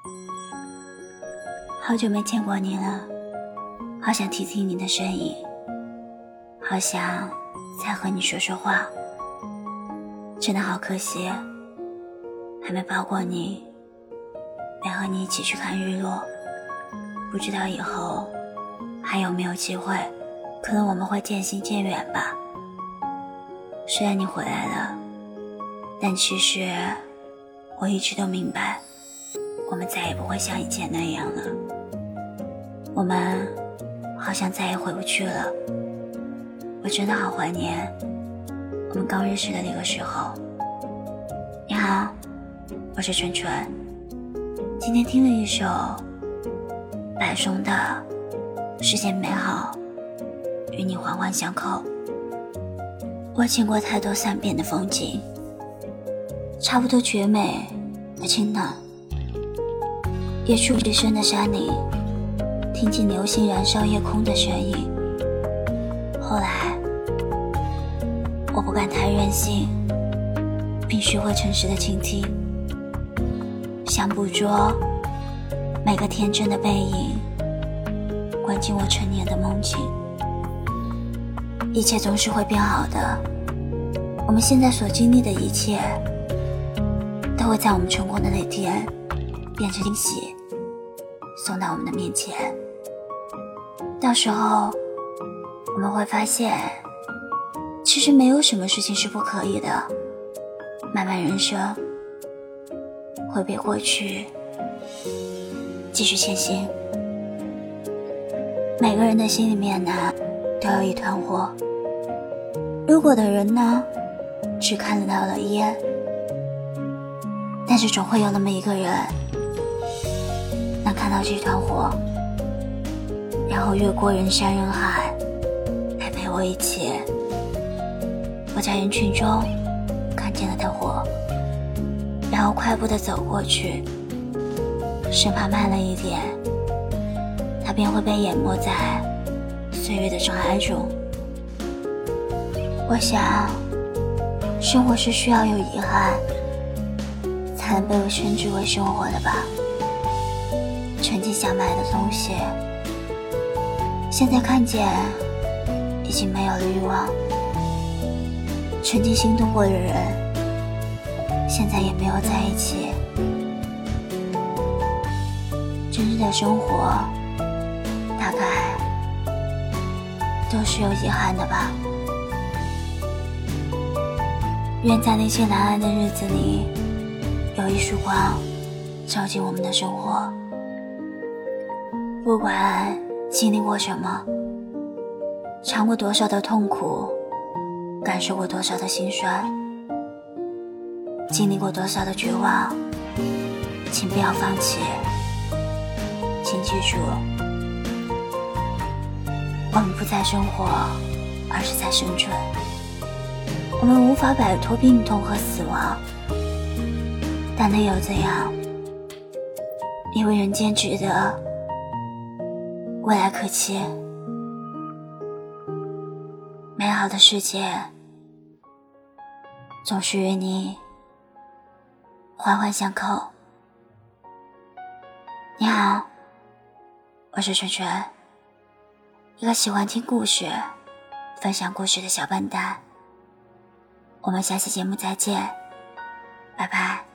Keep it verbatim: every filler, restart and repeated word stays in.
好久没见过你了，好想听听你的声音，好想再和你说说话。真的好可惜，还没抱过你，没和你一起去看日落。不知道以后还有没有机会，可能我们会渐行渐远吧。虽然你回来了，但其实我一直都明白，我们再也不会像以前那样了。我们好像再也回不去了。我真的好怀念我们刚认识的那个时候。你好，我是纯纯。今天听了一首白松的《世间美好与你环环相扣》。我见过太多善变的风景，差不多绝美的清冷，也去过最深的山林，听见流星燃烧夜空的声音。后来我不敢太任性，并学会诚实的倾听，想捕捉每个天真的背影，关进我成年的梦境。一切总是会变好的，我们现在所经历的一切都会在我们成功的那天变成惊喜，送到我们的面前。到时候我们会发现，其实没有什么事情是不可以的。漫漫人生，挥别过去，继续前行。每个人的心里面呢，都有一团火。如果的人呢，只看得到了烟，但是总会有那么一个人能看到这团火，然后越过人山人海，来陪我一起。我在人群中看见了他火，然后快步地走过去，生怕慢了一点，他便会被淹没在岁月的尘埃中。我想，生活是需要有遗憾，才能被我称之为生活的吧。曾经想买的东西，现在看见已经没有了欲望。曾经心动过的人，现在也没有在一起。真正的生活大概都是有遗憾的吧。愿在那些蓝蓝的日子里，有一束光照进我们的生活。不管经历过什么，尝过多少的痛苦，感受过多少的辛酸，经历过多少的绝望，请不要放弃。请记住，我们不再生活，而是在生存。我们无法摆脱病痛和死亡，但那又怎样？因为人间值得，未来可期。美好的世界总是与你环环相扣。你好，我是纯纯，一个喜欢听故事、分享故事的小笨蛋。我们下期节目再见，拜拜。